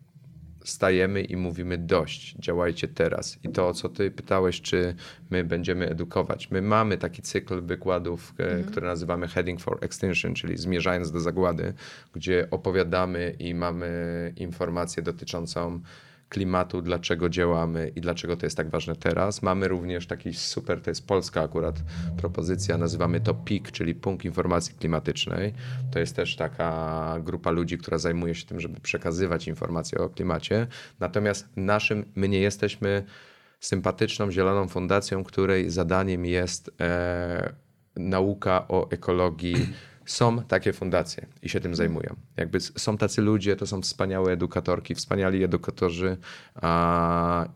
stajemy i mówimy dość, działajcie teraz. I to, o co ty pytałeś, czy my będziemy edukować. My mamy taki cykl wykładów, mm. który nazywamy Heading for Extinction, czyli zmierzając do zagłady, gdzie opowiadamy i mamy informację dotyczącą klimatu, dlaczego działamy i dlaczego to jest tak ważne teraz. Mamy również taki super, to jest polska akurat propozycja, nazywamy to P I K, czyli Punkt Informacji Klimatycznej. To jest też taka grupa ludzi, która zajmuje się tym, żeby przekazywać informacje o klimacie. Natomiast naszym, my nie jesteśmy sympatyczną, zieloną fundacją, której zadaniem jest e, nauka o ekologii. Są takie fundacje i się tym zajmują. Jakby są tacy ludzie, to są wspaniałe edukatorki, wspaniali edukatorzy a,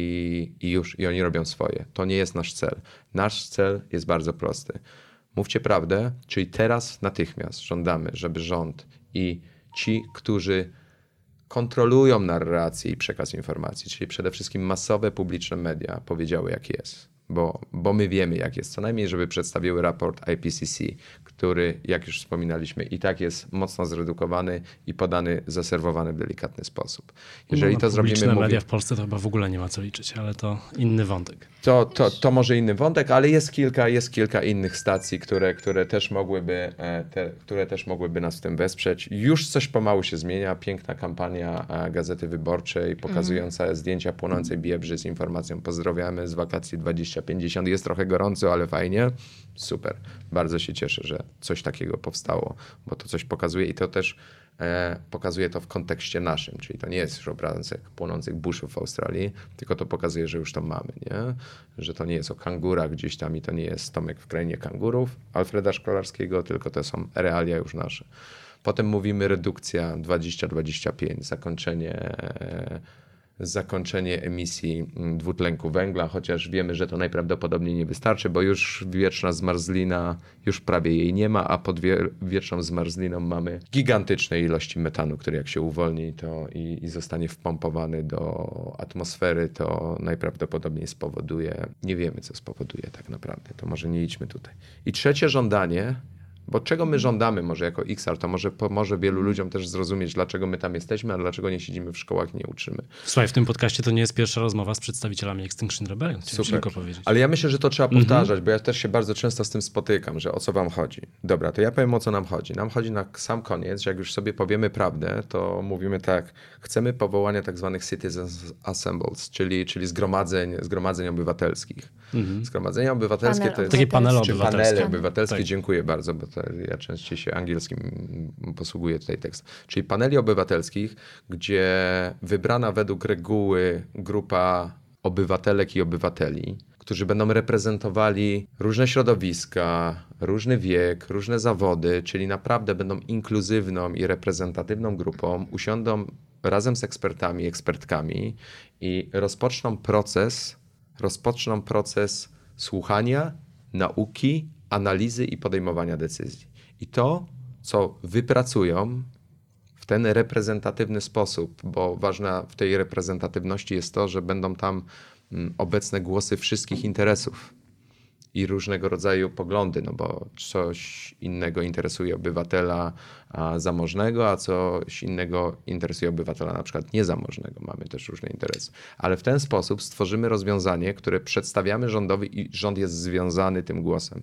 i, i już i oni robią swoje. To nie jest nasz cel. Nasz cel jest bardzo prosty. Mówcie prawdę, czyli teraz natychmiast żądamy, żeby rząd i ci, którzy kontrolują narrację i przekaz informacji, czyli przede wszystkim masowe, publiczne media, powiedziały jak jest. Bo, bo my wiemy jak jest. Co najmniej, żeby przedstawiły raport I P C C, który, jak już wspominaliśmy, i tak jest mocno zredukowany i podany, zaserwowany w delikatny sposób. Jeżeli no, to zrobimy... Publiczne media mówię, w Polsce to chyba w ogóle nie ma co liczyć, ale to inny wątek. To, to, to może inny wątek, ale jest kilka, jest kilka innych stacji, które, które, też mogłyby, te, które też mogłyby nas w tym wesprzeć. Już coś pomału się zmienia. Piękna kampania Gazety Wyborczej pokazująca mm. zdjęcia płonącej Biebrzy z informacją pozdrawiamy z wakacji dwadzieścia pięćdziesiąt. Jest trochę gorąco, ale fajnie. Super. Bardzo się cieszę, że coś takiego powstało, bo to coś pokazuje i to też e, pokazuje to w kontekście naszym, czyli to nie jest już obrazek płonących buszów w Australii, tylko to pokazuje, że już to mamy, nie? Że to nie jest o kangurach gdzieś tam i to nie jest Tomek w krainie kangurów Alfreda Szkolarskiego, tylko to są realia już nasze. Potem mówimy redukcja dwadzieścia dwadzieścia pięć, zakończenie e, zakończenie emisji dwutlenku węgla, chociaż wiemy, że to najprawdopodobniej nie wystarczy, bo już wieczna zmarzlina, już prawie jej nie ma, a pod wie, wieczną zmarzliną mamy gigantyczne ilości metanu, który jak się uwolni to i, i zostanie wpompowany do atmosfery, to najprawdopodobniej spowoduje, nie wiemy co spowoduje tak naprawdę, to może nie idźmy tutaj. I trzecie żądanie, bo czego my żądamy może jako X R, to może pomoże wielu ludziom też zrozumieć, dlaczego my tam jesteśmy, a dlaczego nie siedzimy w szkołach i nie uczymy. Słuchaj, w tym podcaście to nie jest pierwsza rozmowa z przedstawicielami Extinction Rebellion. Super. Powiedzieć. Ale ja myślę, że to trzeba powtarzać, mm-hmm. bo ja też się bardzo często z tym spotykam, że o co wam chodzi. Dobra, to ja powiem o co nam chodzi. Nam chodzi na sam koniec, że jak już sobie powiemy prawdę, to mówimy tak, chcemy powołania tak zwanych citizens assembles, czyli, czyli zgromadzeń, zgromadzeń obywatelskich. Mm-hmm. Zgromadzenia obywatelskie Panel to jest... Takie panele czy obywatelskie. panele obywatelskie, tak. Dziękuję bardzo, bo to ja częściej się angielskim posługuję tutaj tekst. Czyli paneli obywatelskich, gdzie wybrana według reguły grupa obywatelek i obywateli, którzy będą reprezentowali różne środowiska, różny wiek, różne zawody, czyli naprawdę będą inkluzywną i reprezentatywną grupą, usiądą razem z ekspertami, ekspertkami i rozpoczną proces, rozpoczną proces słuchania, nauki, analizy i podejmowania decyzji. I to, co wypracują w ten reprezentatywny sposób, bo ważna w tej reprezentatywności jest to, że będą tam obecne głosy wszystkich interesów i różnego rodzaju poglądy, no bo coś innego interesuje obywatela zamożnego, a coś innego interesuje obywatela na przykład niezamożnego. Mamy też różne interesy. Ale w ten sposób stworzymy rozwiązanie, które przedstawiamy rządowi i rząd jest związany tym głosem.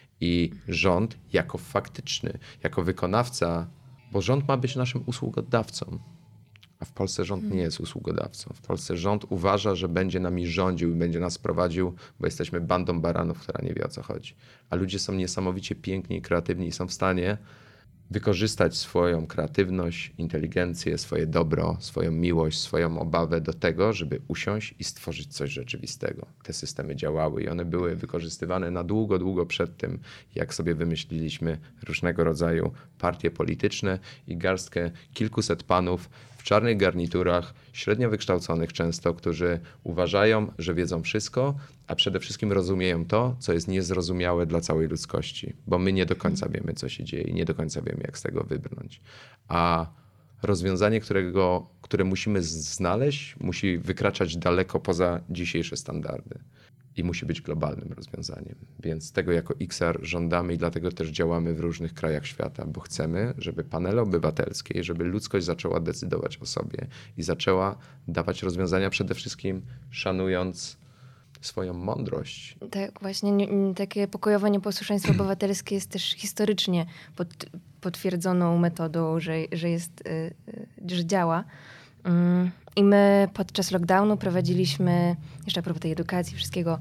I rząd jako faktyczny, jako wykonawca, bo rząd ma być naszym usługodawcą, a w Polsce rząd nie jest usługodawcą. W Polsce rząd uważa, że będzie nami rządził i będzie nas prowadził, bo jesteśmy bandą baranów, która nie wie o co chodzi. A ludzie są niesamowicie piękni i kreatywni i są w stanie wykorzystać swoją kreatywność, inteligencję, swoje dobro, swoją miłość, swoją obawę do tego, żeby usiąść i stworzyć coś rzeczywistego. Te systemy działały i one były wykorzystywane na długo, długo przed tym, jak sobie wymyśliliśmy różnego rodzaju partie polityczne i garstkę kilkuset panów w czarnych garniturach, średnio wykształconych często, którzy uważają, że wiedzą wszystko, a przede wszystkim rozumieją to, co jest niezrozumiałe dla całej ludzkości, bo my nie do końca wiemy, co się dzieje i nie do końca wiemy, jak z tego wybrnąć. A rozwiązanie, którego, które musimy znaleźć, musi wykraczać daleko poza dzisiejsze standardy i musi być globalnym rozwiązaniem. Więc tego jako X R żądamy i dlatego też działamy w różnych krajach świata, bo chcemy, żeby panele obywatelskie, żeby ludzkość zaczęła decydować o sobie i zaczęła dawać rozwiązania przede wszystkim szanując swoją mądrość. Tak, właśnie nie, takie pokojowe nieposłuszeństwo obywatelskie jest też historycznie pod, potwierdzoną metodą, że, że jest, że działa. I my podczas lockdownu prowadziliśmy, jeszcze a propos tej edukacji, wszystkiego,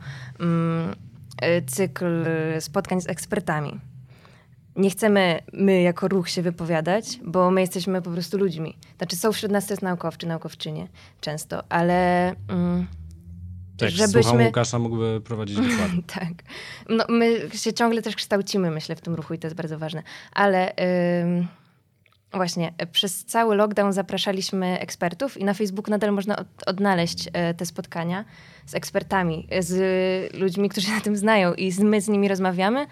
cykl spotkań z ekspertami. Nie chcemy my jako ruch się wypowiadać, bo my jesteśmy po prostu ludźmi. Znaczy są wśród nas też naukowcy, naukowczynie często, ale... Tak, żebyśmy... słucham Łukasza, mógłby prowadzić wykłady. Tak. No, my się ciągle też kształcimy, myślę, w tym ruchu i to jest bardzo ważne. Ale ym, właśnie przez cały lockdown zapraszaliśmy ekspertów i na Facebooku nadal można od, odnaleźć y, te spotkania z ekspertami, z ludźmi, którzy się na tym znają i z, my z nimi rozmawiamy.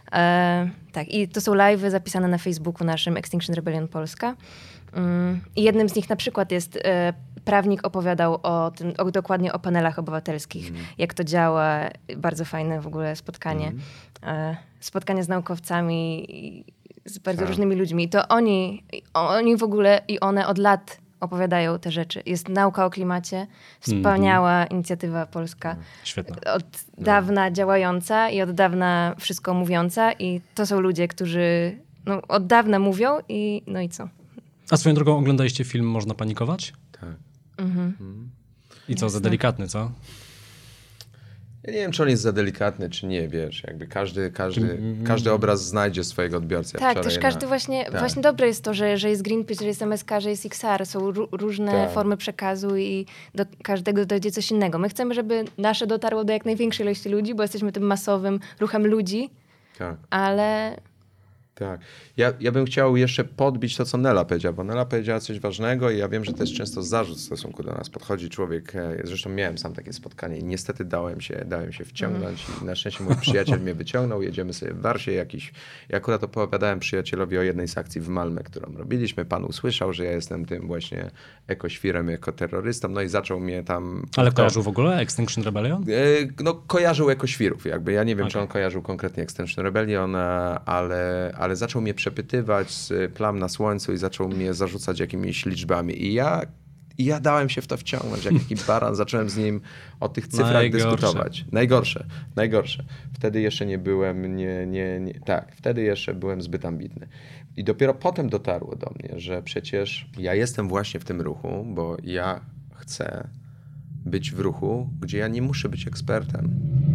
E, tak, i to są live'y zapisane na Facebooku naszym Extinction Rebellion Polska. Ym, I jednym z nich na przykład jest... Y, prawnik opowiadał o tym, o, dokładnie o panelach obywatelskich, mm. jak to działa. Bardzo fajne w ogóle spotkanie. Mm. E, spotkanie z naukowcami, i z bardzo A. różnymi ludźmi. To oni, oni w ogóle i one od lat opowiadają te rzeczy. Jest nauka o klimacie, wspaniała mm. inicjatywa polska. Świetna. Od dawna no. działająca i od dawna wszystko mówiąca i to są ludzie, którzy no, od dawna mówią i no i co? A swoją drogą oglądaliście film Można panikować? Tak. Mhm. I co, Jasne. za delikatny, co? Ja nie wiem, czy on jest za delikatny, czy nie, wiesz, jakby każdy, każdy, mm. każdy obraz znajdzie swojego odbiorcę. Tak, też każdy na... właśnie, tak. właśnie dobre jest to, że, że jest Greenpeace, że jest M S K, że jest X R, są r- różne tak. formy przekazu i do każdego dojdzie coś innego. My chcemy, żeby nasze dotarło do jak największej ilości ludzi, bo jesteśmy tym masowym ruchem ludzi, tak. ale... Tak. Ja, ja bym chciał jeszcze podbić to, co Nela powiedziała, bo Nela powiedziała coś ważnego i ja wiem, że to jest często zarzut w stosunku do nas. Podchodzi człowiek, zresztą miałem sam takie spotkanie i niestety dałem się, dałem się wciągnąć mm. i na szczęście mój przyjaciel mnie wyciągnął, jedziemy sobie w Warsie jakiś. Ja akurat opowiadałem przyjacielowi o jednej z akcji w Malmę, którą robiliśmy. Pan usłyszał, że ja jestem tym właśnie ekoświrem, ekoterrorystą, no i zaczął mnie tam... Ale kojarzył w ogóle Extinction Rebellion? No kojarzył ekoświrów jakby. Ja nie wiem, okay. czy on kojarzył konkretnie Extinction Rebellion, ale, ale zaczął mnie przepytywać z plam na słońcu i zaczął mnie zarzucać jakimiś liczbami. I ja, i ja dałem się w to wciągnąć, jak taki baran. Zacząłem z nim o tych cyfrach najgorsze. dyskutować. Najgorsze, najgorsze. Wtedy jeszcze nie byłem, nie, nie, nie, tak, wtedy jeszcze byłem zbyt ambitny. I dopiero potem dotarło do mnie, że przecież ja jestem właśnie w tym ruchu, bo ja chcę być w ruchu, gdzie ja nie muszę być ekspertem.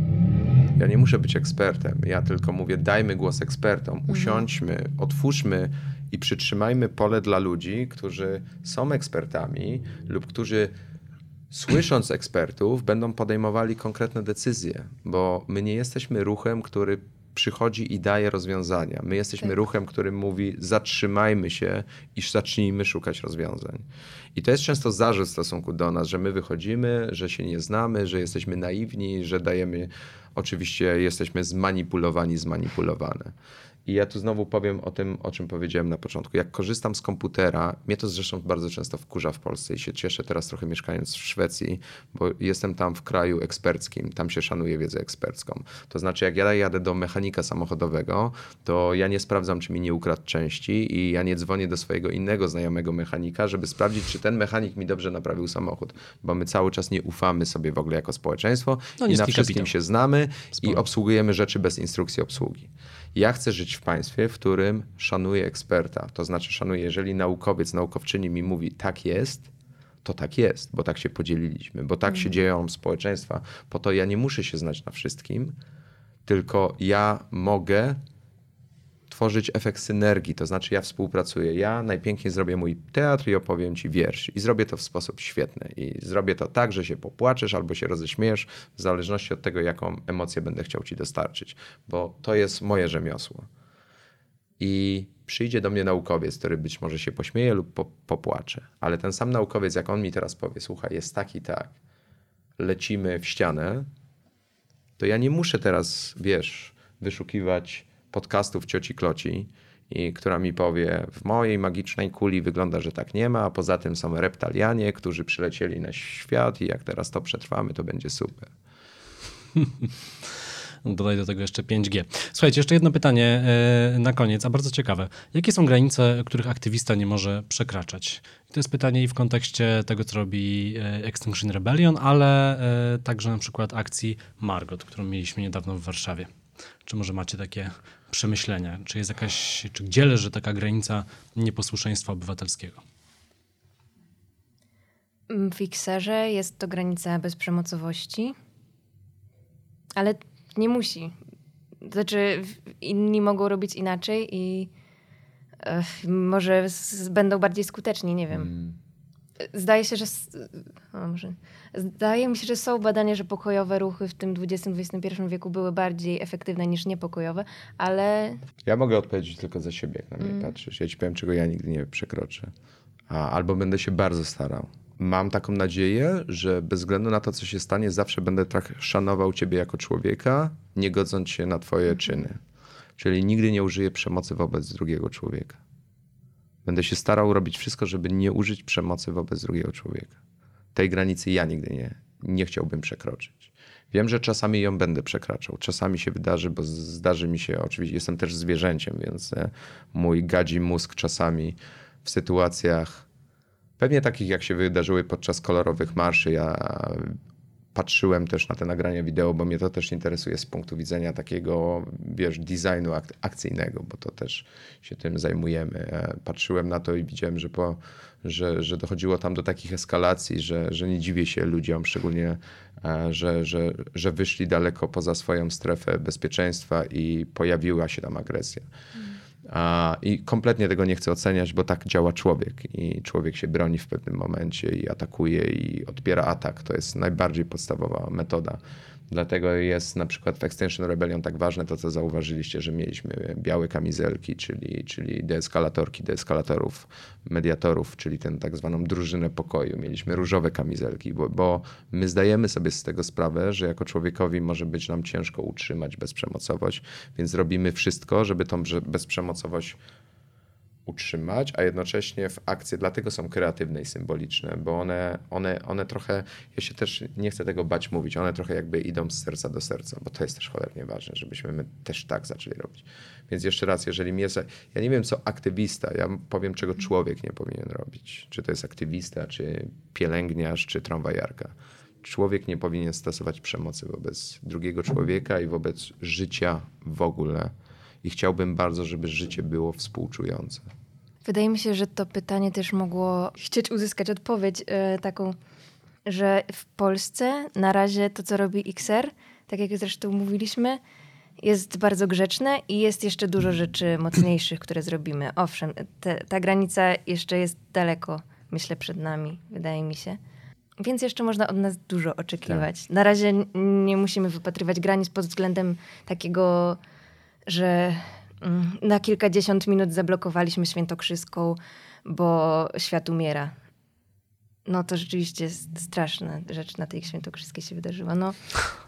Ja nie muszę być ekspertem. Ja tylko mówię, dajmy głos ekspertom, usiądźmy, otwórzmy i przytrzymajmy pole dla ludzi, którzy są ekspertami lub którzy słysząc ekspertów będą podejmowali konkretne decyzje, bo my nie jesteśmy ruchem, który przychodzi i daje rozwiązania. My jesteśmy tak. ruchem, który mówi zatrzymajmy się i zacznijmy szukać rozwiązań. I to jest często zarzut w stosunku do nas, że my wychodzimy, że się nie znamy, że jesteśmy naiwni, że dajemy, oczywiście jesteśmy zmanipulowani, zmanipulowane. I ja tu znowu powiem o tym, o czym powiedziałem na początku. Jak korzystam z komputera, mnie to zresztą bardzo często wkurza w Polsce i się cieszę teraz trochę mieszkając w Szwecji, bo jestem tam w kraju eksperckim, tam się szanuje wiedzę ekspercką. To znaczy jak ja jadę do mechanika samochodowego, to ja nie sprawdzam, czy mi nie ukradł części i ja nie dzwonię do swojego innego znajomego mechanika, żeby sprawdzić, czy ten mechanik mi dobrze naprawił samochód, bo my cały czas nie ufamy sobie w ogóle jako społeczeństwo no, i na wszystkim kapitał. się znamy Sporo. i obsługujemy rzeczy bez instrukcji obsługi. Ja chcę żyć w państwie, w którym szanuję eksperta. To znaczy szanuję, jeżeli naukowiec, naukowczyni mi mówi tak jest, to tak jest, bo tak się podzieliliśmy, bo tak mm. się dzieją społeczeństwa. Po to ja nie muszę się znać na wszystkim, tylko ja mogę stworzyć efekt synergii, to znaczy ja współpracuję, ja najpiękniej zrobię mój teatr i opowiem ci wiersz i zrobię to w sposób świetny i zrobię to tak, że się popłaczesz albo się roześmiejesz, w zależności od tego, jaką emocję będę chciał ci dostarczyć, bo to jest moje rzemiosło. I przyjdzie do mnie naukowiec, który być może się pośmieje lub po, popłacze, ale ten sam naukowiec, jak on mi teraz powie, słuchaj, jest tak i tak, lecimy w ścianę, to ja nie muszę teraz, wiesz, wyszukiwać podcastów cioci Kloci, i która mi powie, w mojej magicznej kuli wygląda, że tak nie ma, a poza tym są reptalianie, którzy przylecieli na świat i jak teraz to przetrwamy, to będzie super. Dodaj do tego jeszcze pięć G. Słuchajcie, jeszcze jedno pytanie na koniec, a bardzo ciekawe. Jakie są granice, których aktywista nie może przekraczać? To jest pytanie i w kontekście tego, co robi Extinction Rebellion, ale także na przykład akcji Margot, którą mieliśmy niedawno w Warszawie. Czy może macie takie przemyślenia? Czy jest jakaś, czy gdzie leży taka granica nieposłuszeństwa obywatelskiego? W Ikserze jest to granica bezprzemocowości, ale nie musi. Znaczy inni mogą robić inaczej i e, może z, będą bardziej skuteczni, nie wiem. Mm. Zdaje się, że... O, może, zdaje mi się, że są badania, że pokojowe ruchy w tym dwudziestym dwudziestym pierwszym wieku były bardziej efektywne niż niepokojowe, ale... Ja mogę odpowiedzieć tylko za siebie, jak na mnie mm. patrzysz. Ja ci powiem, czego ja nigdy nie przekroczę. A, albo będę się bardzo starał. Mam taką nadzieję, że bez względu na to, co się stanie, zawsze będę tak szanował ciebie jako człowieka, nie godząc się na twoje mm. czyny. Czyli nigdy nie użyję przemocy wobec drugiego człowieka. Będę się starał robić wszystko, żeby nie użyć przemocy wobec drugiego człowieka. Tej granicy ja nigdy nie, nie chciałbym przekroczyć. Wiem, że czasami ją będę przekraczał. Czasami się wydarzy, bo zdarzy mi się, oczywiście jestem też zwierzęciem, więc mój gadzi mózg czasami w sytuacjach pewnie takich, jak się wydarzyły podczas kolorowych marszy. Ja patrzyłem też na te nagrania wideo, bo mnie to też interesuje z punktu widzenia takiego, wiesz, designu ak- akcyjnego, bo to też się tym zajmujemy. Patrzyłem na to i widziałem, że, po, że, że dochodziło tam do takich eskalacji, że, że nie dziwię się ludziom, szczególnie, że, że, że wyszli daleko poza swoją strefę bezpieczeństwa i pojawiła się tam agresja. Hmm. I kompletnie tego nie chcę oceniać, bo tak działa człowiek i człowiek się broni w pewnym momencie i atakuje i odbiera atak. To jest najbardziej podstawowa metoda. Dlatego jest na przykład w Extinction Rebellion tak ważne to, co zauważyliście, że mieliśmy białe kamizelki, czyli, czyli deeskalatorki, deeskalatorów, mediatorów, czyli tę tak zwaną drużynę pokoju. Mieliśmy różowe kamizelki, bo, bo my zdajemy sobie z tego sprawę, że jako człowiekowi może być nam ciężko utrzymać bezprzemocowość, więc robimy wszystko, żeby tą bezprzemocowość utrzymać, a jednocześnie w akcje dlatego są kreatywne i symboliczne, bo one, one, one trochę, ja się też nie chcę tego bać mówić, one trochę jakby idą z serca do serca, bo to jest też cholernie ważne, żebyśmy my też tak zaczęli robić. Więc jeszcze raz, jeżeli mnie, ja nie wiem co aktywista, ja powiem czego człowiek nie powinien robić. Czy to jest aktywista, czy pielęgniarz, czy tramwajarka. Człowiek nie powinien stosować przemocy wobec drugiego człowieka i wobec życia w ogóle. I chciałbym bardzo, żeby życie było współczujące. Wydaje mi się, że to pytanie też mogło chcieć uzyskać odpowiedź yy, taką, że w Polsce na razie to, co robi X R, tak jak zresztą mówiliśmy, jest bardzo grzeczne i jest jeszcze dużo rzeczy mocniejszych, które zrobimy. Owszem, te, ta granica jeszcze jest daleko, myślę, przed nami, wydaje mi się. Więc jeszcze można od nas dużo oczekiwać. Tak. Na razie nie musimy wypatrywać granic pod względem takiego, że na kilkadziesiąt minut zablokowaliśmy Świętokrzyską, bo świat umiera. No to rzeczywiście jest straszna rzecz na tej Świętokrzyskiej się wydarzyła. No,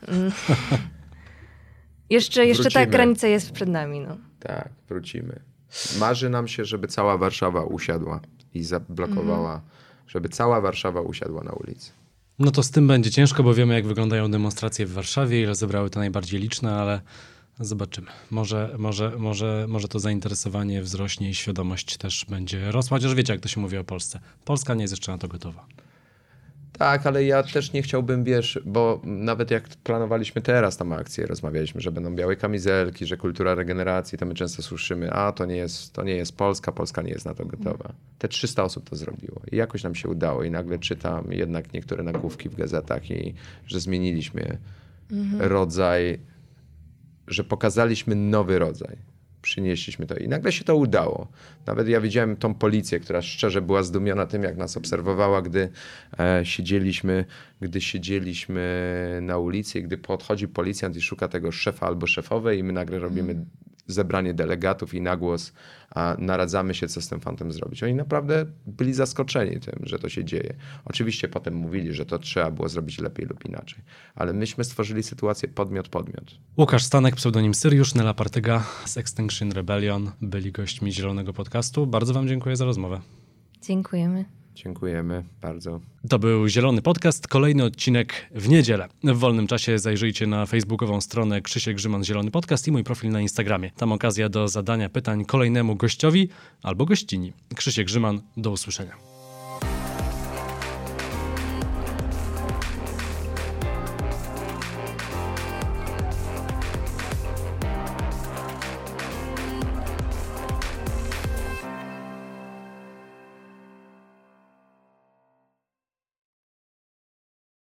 jeszcze, jeszcze ta granica jest przed nami. No. Tak, wrócimy. Marzy nam się, żeby cała Warszawa usiadła i zablokowała, mm. żeby cała Warszawa usiadła na ulicy. No to z tym będzie ciężko, bo wiemy, jak wyglądają demonstracje w Warszawie i rozebrały te najbardziej liczne, ale zobaczymy. Może, może, może, może to zainteresowanie wzrośnie i świadomość też będzie rosła, chociaż wiecie, jak to się mówi o Polsce. Polska nie jest jeszcze na to gotowa. Tak, ale ja też nie chciałbym, wiesz, bo nawet jak planowaliśmy teraz tam akcję, rozmawialiśmy, że będą białe kamizelki, że kultura regeneracji, to my często słyszymy, a to nie jest, to nie jest Polska, Polska nie jest na to gotowa. Te trzysta osób to zrobiło i jakoś nam się udało i nagle czytam jednak niektóre nagłówki w gazetach i że zmieniliśmy mhm. rodzaj, że pokazaliśmy nowy rodzaj Przynieśliśmy to i nagle się to udało. Nawet ja widziałem tą policję, która szczerze była zdumiona tym, jak nas obserwowała, gdy e, siedzieliśmy, gdy siedzieliśmy na ulicy i gdy podchodzi policjant i szuka tego szefa albo szefowej i my nagle robimy mm. zebranie delegatów i na głos a naradzamy się, co z tym fantem zrobić. Oni naprawdę byli zaskoczeni tym, że to się dzieje. Oczywiście potem mówili, że to trzeba było zrobić lepiej lub inaczej. Ale myśmy stworzyli sytuację podmiot-podmiot. Łukasz Stanek, pseudonim Syriusz, Nela Partyga z Extinction Rebellion byli gośćmi Zielonego Podcastu. Bardzo wam dziękuję za rozmowę. Dziękujemy. Dziękujemy bardzo. To był Zielony Podcast, kolejny odcinek w niedzielę. W wolnym czasie zajrzyjcie na facebookową stronę Krzysiek Grzyman Zielony Podcast i mój profil na Instagramie. Tam okazja do zadania pytań kolejnemu gościowi albo gościni. Krzysiek Grzyman, do usłyszenia.